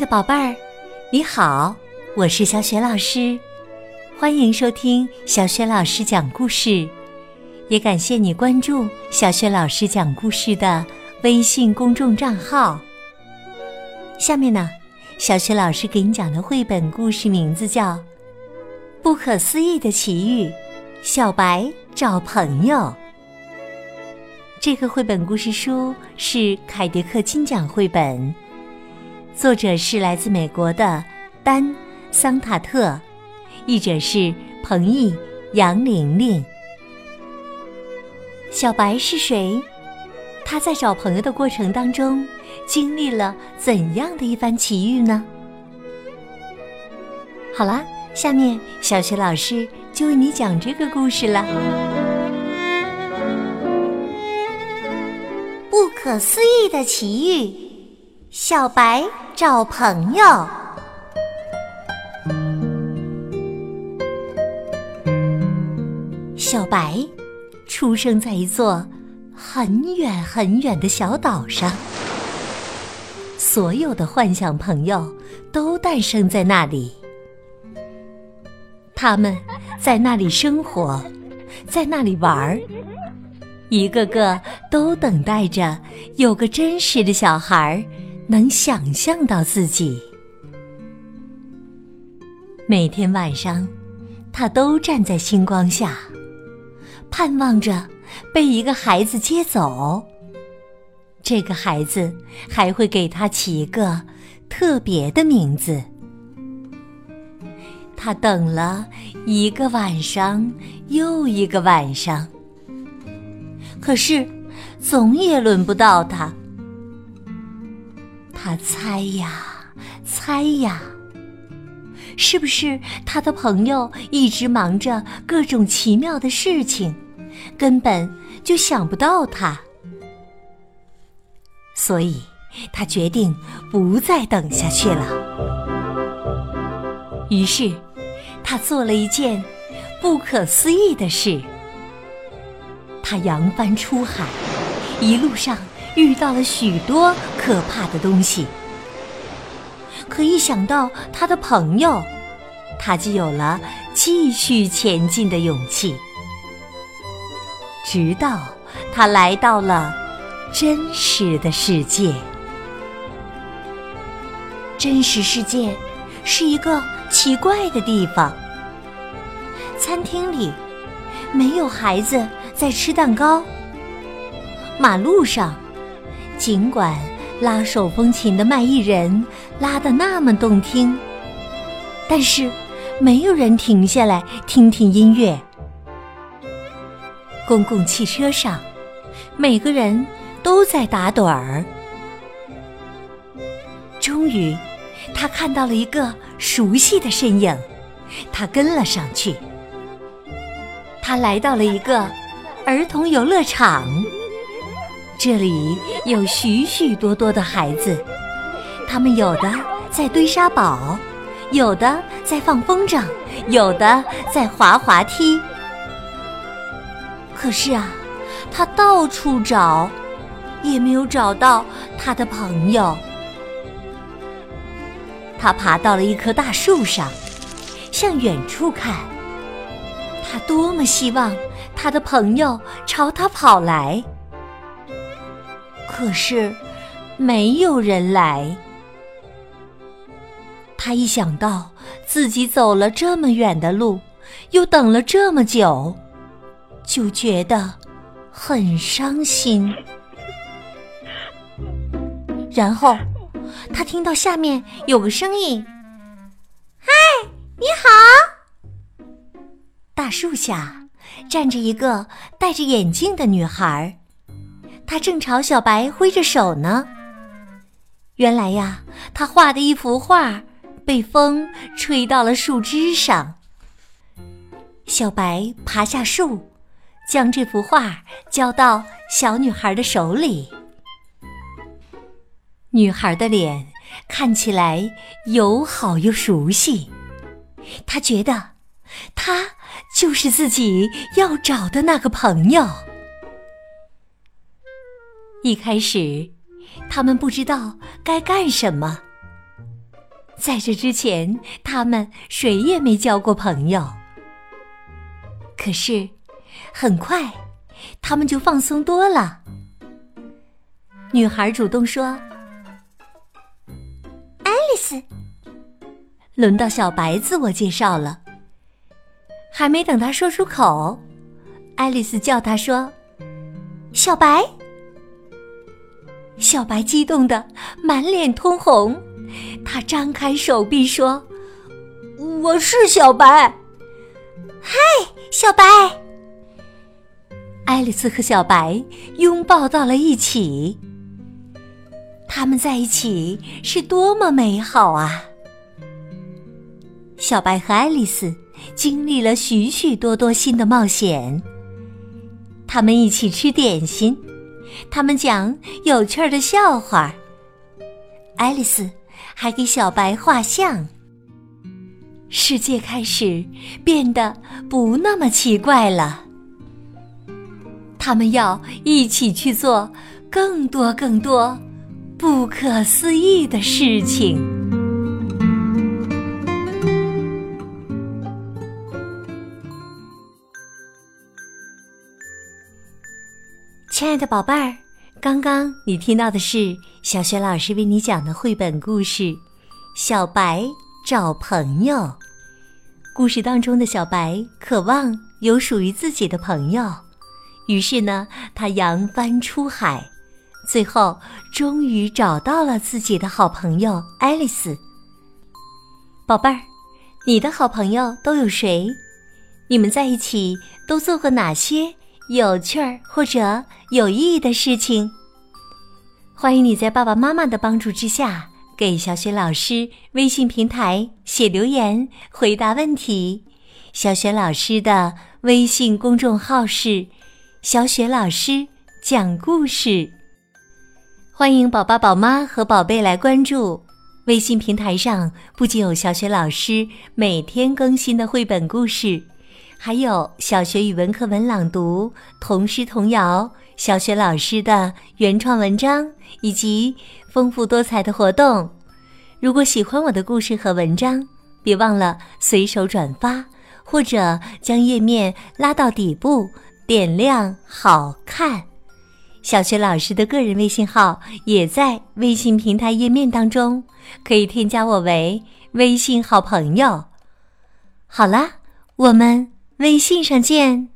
的宝贝儿，你好，我是小雪老师，欢迎收听小雪老师讲故事，也感谢你关注小雪老师讲故事的微信公众账号。下面呢，小雪老师给你讲的绘本故事名字叫《不可思议的奇遇：小白找朋友》。这个绘本故事书是凯迪克金奖绘本，作者是来自美国的丹·桑塔特，译者是彭毅、杨玲玲。小白是谁？他在找朋友的过程当中经历了怎样的一番奇遇呢？好啦，下面小雪老师就为你讲这个故事了。不可思议的奇遇，小白找朋友。小白出生在一座很远很远的小岛上，所有的幻想朋友都诞生在那里。他们在那里生活，在那里玩，一个个都等待着有个真实的小孩能想象到自己。每天晚上，他都站在星光下，盼望着被一个孩子接走。这个孩子还会给他起一个特别的名字。他等了一个晚上又一个晚上，可是总也轮不到他。他猜呀猜呀，是不是他的朋友一直忙着各种奇妙的事情，根本就想不到他？所以他决定不再等下去了。于是他做了一件不可思议的事。他扬帆出海，一路上遇到了许多可怕的东西。可一想到他的朋友，他就有了继续前进的勇气。直到他来到了真实的世界。真实世界是一个奇怪的地方。餐厅里没有孩子在吃蛋糕，马路上尽管拉手风琴的卖艺人拉得那么动听，但是没有人停下来听听音乐。公共汽车上，每个人都在打盹儿。终于，他看到了一个熟悉的身影，他跟了上去。他来到了一个儿童游乐场，这里有许许多多的孩子，他们有的在堆沙堡，有的在放风筝，有的在滑滑梯。可是啊，他到处找，也没有找到他的朋友。他爬到了一棵大树上，向远处看，他多么希望他的朋友朝他跑来。可是没有人来。他一想到自己走了这么远的路，又等了这么久，就觉得很伤心。然后他听到下面有个声音：“嗨，你好！”大树下站着一个戴着眼镜的女孩，她正朝小白挥着手呢。原来呀，她画的一幅画被风吹到了树枝上。小白爬下树，将这幅画交到小女孩的手里。女孩的脸看起来友好又熟悉，她觉得她就是自己要找的那个朋友。一开始，他们不知道该干什么， 在这之前，他们谁也没交过朋友。可是，很快，他们就放松多了。女孩主动说：“爱丽丝。”轮到小白自我介绍了。还没等她说出口，爱丽丝叫她说：“小白。”小白激动得满脸通红，他张开手臂说：“我是小白。”“嗨，小白！”爱丽丝和小白拥抱到了一起。他们在一起是多么美好啊！小白和爱丽丝经历了许许多多新的冒险。他们一起吃点心，他们讲有趣的笑话。爱丽丝还给小白画像。世界开始变得不那么奇怪了。他们要一起去做更多更多不可思议的事情。亲爱的宝贝儿，刚刚你听到的是小雪老师为你讲的绘本故事《小白找朋友》。故事当中的小白渴望有属于自己的朋友，于是呢，他扬帆出海，最后终于找到了自己的好朋友爱丽丝。宝贝儿，你的好朋友都有谁？你们在一起都做过哪些有趣儿或者有意义的事情？欢迎你在爸爸妈妈的帮助之下，给小雪老师微信平台写留言回答问题。小雪老师的微信公众号是小雪老师讲故事，欢迎宝宝宝妈和宝贝来关注。微信平台上不仅有小雪老师每天更新的绘本故事，还有小学语文课文朗读、童诗童谣、小学老师的原创文章，以及丰富多彩的活动。如果喜欢我的故事和文章，别忘了随手转发，或者将页面拉到底部，点亮好看。小学老师的个人微信号也在微信平台页面当中，可以添加我为微信好朋友。好啦，我们微信上见。